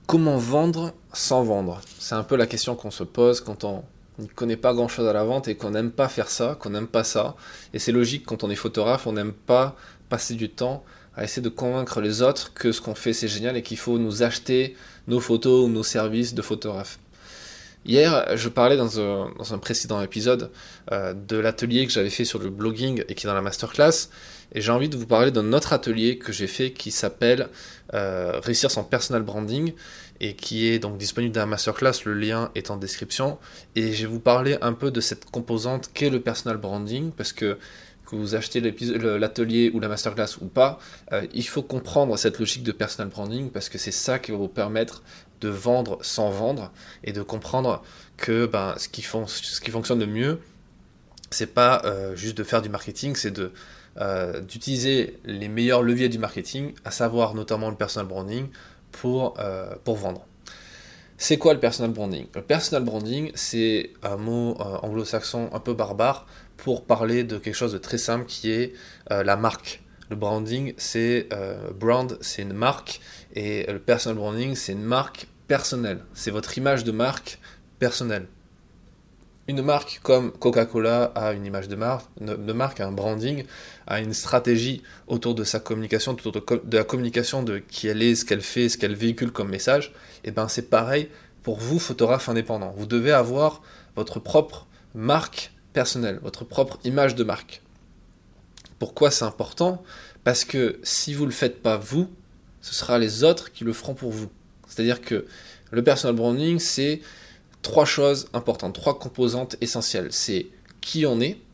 Comment vendre sans vendre? C'est un peu la question qu'on se pose quand on ne connaît pas grand-chose à la vente et qu'on n'aime pas faire ça, qu'on n'aime pas ça. Et c'est logique, quand on est photographe, on n'aime pas passer du temps à essayer de convaincre les autres que ce qu'on fait c'est génial et qu'il faut nous acheter nos photos ou nos services de photographe. Hier, je parlais dans un précédent épisode de l'atelier que j'avais fait sur le blogging et qui est dans la masterclass. Et j'ai envie de vous parler d'un autre atelier que j'ai fait qui s'appelle Réussir son personal branding et qui est donc disponible dans la masterclass. Le lien est en description. Et je vais vous parler un peu de cette composante qu'est le personal branding parce que vous achetez l'atelier ou la masterclass ou pas, il faut comprendre cette logique de personal branding parce que c'est ça qui va vous permettre de vendre sans vendre et de comprendre que ce qui fonctionne le mieux, c'est pas juste de faire du marketing, c'est d'utiliser les meilleurs leviers du marketing, à savoir notamment le personal branding, pour vendre. C'est quoi le personal branding? Le personal branding, c'est un mot anglo-saxon un peu barbare pour parler de quelque chose de très simple qui est la marque. Le branding, c'est brand, c'est une marque, et le personal branding, c'est une marque personnelle. C'est votre image de marque personnelle. Une marque comme Coca-Cola a une image de marque, a un branding, a une stratégie autour de sa communication, autour de la communication de qui elle est, ce qu'elle fait, ce qu'elle véhicule comme message. Et c'est pareil pour vous, photographe indépendant. Vous devez avoir votre propre marque personnelle, votre propre image de marque. Pourquoi c'est important? Parce que si vous ne le faites pas vous, ce sera les autres qui le feront pour vous. C'est-à-dire que le personal branding, c'est trois choses importantes, trois composantes essentielles. C'est qui on est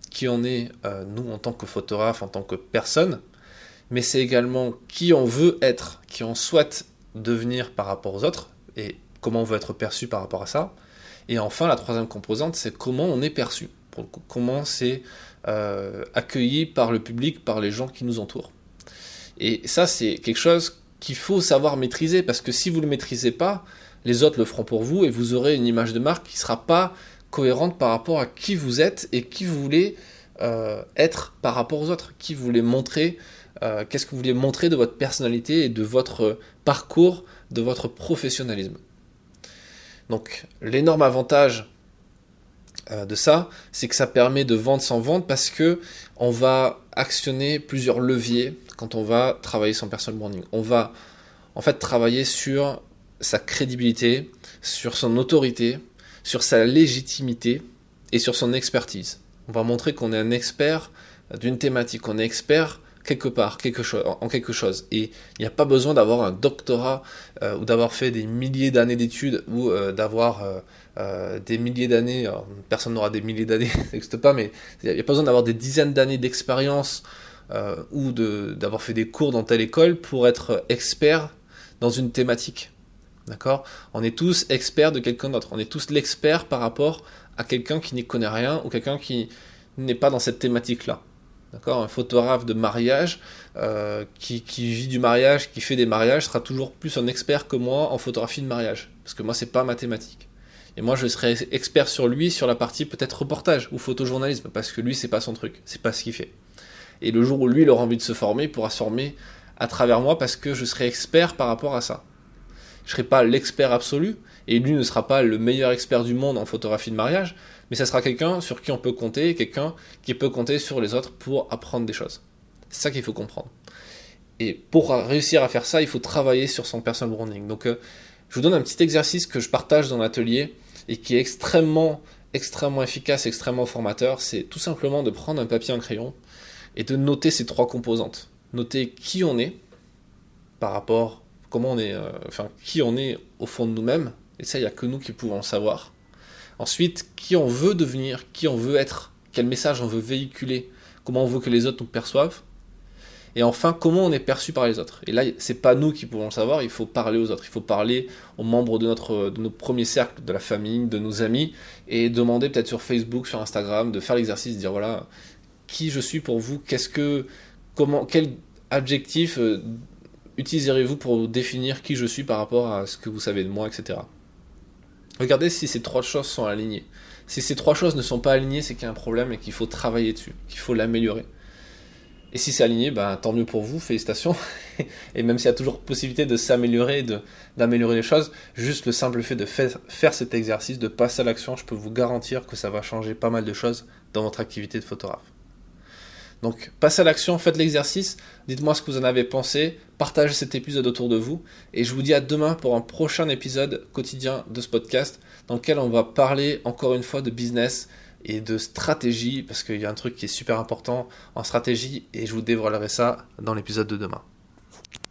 nous en tant que photographe, en tant que personne, mais c'est également qui on veut être, qui on souhaite devenir par rapport aux autres, et comment on veut être perçu par rapport à ça. Et enfin, la troisième composante, c'est comment on est perçu, comment c'est accueilli par le public, par les gens qui nous entourent. Et ça, c'est quelque chose qu'il faut savoir maîtriser, parce que si vous ne le maîtrisez pas, les autres le feront pour vous et vous aurez une image de marque qui ne sera pas cohérente par rapport à qui vous êtes et qui vous voulez être par rapport aux autres, qui vous voulez montrer, qu'est-ce que vous voulez montrer de votre personnalité et de votre parcours, de votre professionnalisme. Donc l'énorme avantage de ça, c'est que ça permet de vendre sans vendre parce que on va actionner plusieurs leviers quand on va travailler son personal branding. On va en fait travailler sur sa crédibilité, sur son autorité, sur sa légitimité et sur son expertise. On va montrer qu'on est un expert d'une thématique, on est expert quelque part, en quelque chose. Et il n'y a pas besoin d'avoir un doctorat ou d'avoir fait des milliers d'années d'études ou d'avoir des milliers d'années, personne n'aura des milliers d'années, ça n'existe pas, mais il n'y a pas besoin d'avoir des dizaines d'années d'expérience ou d'avoir fait des cours dans telle école pour être expert dans une thématique. D'accord? On est tous experts de quelqu'un d'autre. On est tous l'expert par rapport à quelqu'un qui n'y connaît rien ou quelqu'un qui n'est pas dans cette thématique-là. D'accord? Un photographe de mariage qui vit du mariage, qui fait des mariages, sera toujours plus un expert que moi en photographie de mariage. Parce que moi, c'est pas ma thématique. Et moi, je serai expert sur lui, sur la partie peut-être reportage ou photojournalisme, parce que lui, c'est pas son truc, c'est pas ce qu'il fait. Et le jour où lui, il aura envie de se former, il pourra se former à travers moi parce que je serai expert par rapport à ça. Je ne serai pas l'expert absolu, et lui ne sera pas le meilleur expert du monde en photographie de mariage, mais ça sera quelqu'un sur qui on peut compter, quelqu'un qui peut compter sur les autres pour apprendre des choses. C'est ça qu'il faut comprendre. Et pour réussir à faire ça, il faut travailler sur son personal branding. Donc je vous donne un petit exercice que je partage dans l'atelier, et qui est extrêmement efficace, extrêmement formateur. C'est tout simplement de prendre un papier et un crayon, et de noter ces trois composantes. Noter qui on est, par rapport comment on est, qui on est au fond de nous-mêmes, et ça, il n'y a que nous qui pouvons le savoir. Ensuite, qui on veut devenir, qui on veut être, quel message on veut véhiculer, comment on veut que les autres nous perçoivent, et enfin, comment on est perçu par les autres. Et là, c'est pas nous qui pouvons le savoir, il faut parler aux autres, il faut parler aux membres de nos premiers cercles, de la famille, de nos amis, et demander peut-être sur Facebook, sur Instagram, de faire l'exercice, de dire voilà, qui je suis pour vous, quel adjectif utiliserez-vous pour définir qui je suis par rapport à ce que vous savez de moi, etc. Regardez si ces trois choses sont alignées. Si ces trois choses ne sont pas alignées, c'est qu'il y a un problème et qu'il faut travailler dessus, qu'il faut l'améliorer. Et si c'est aligné, tant mieux pour vous, félicitations. Et même s'il y a toujours possibilité de s'améliorer, d'améliorer les choses, juste le simple fait de faire cet exercice, de passer à l'action, je peux vous garantir que ça va changer pas mal de choses dans votre activité de photographe. Donc passez à l'action, faites l'exercice, dites-moi ce que vous en avez pensé, partagez cet épisode autour de vous, et je vous dis à demain pour un prochain épisode quotidien de ce podcast, dans lequel on va parler encore une fois de business et de stratégie, parce qu'il y a un truc qui est super important en stratégie, et je vous dévoilerai ça dans l'épisode de demain.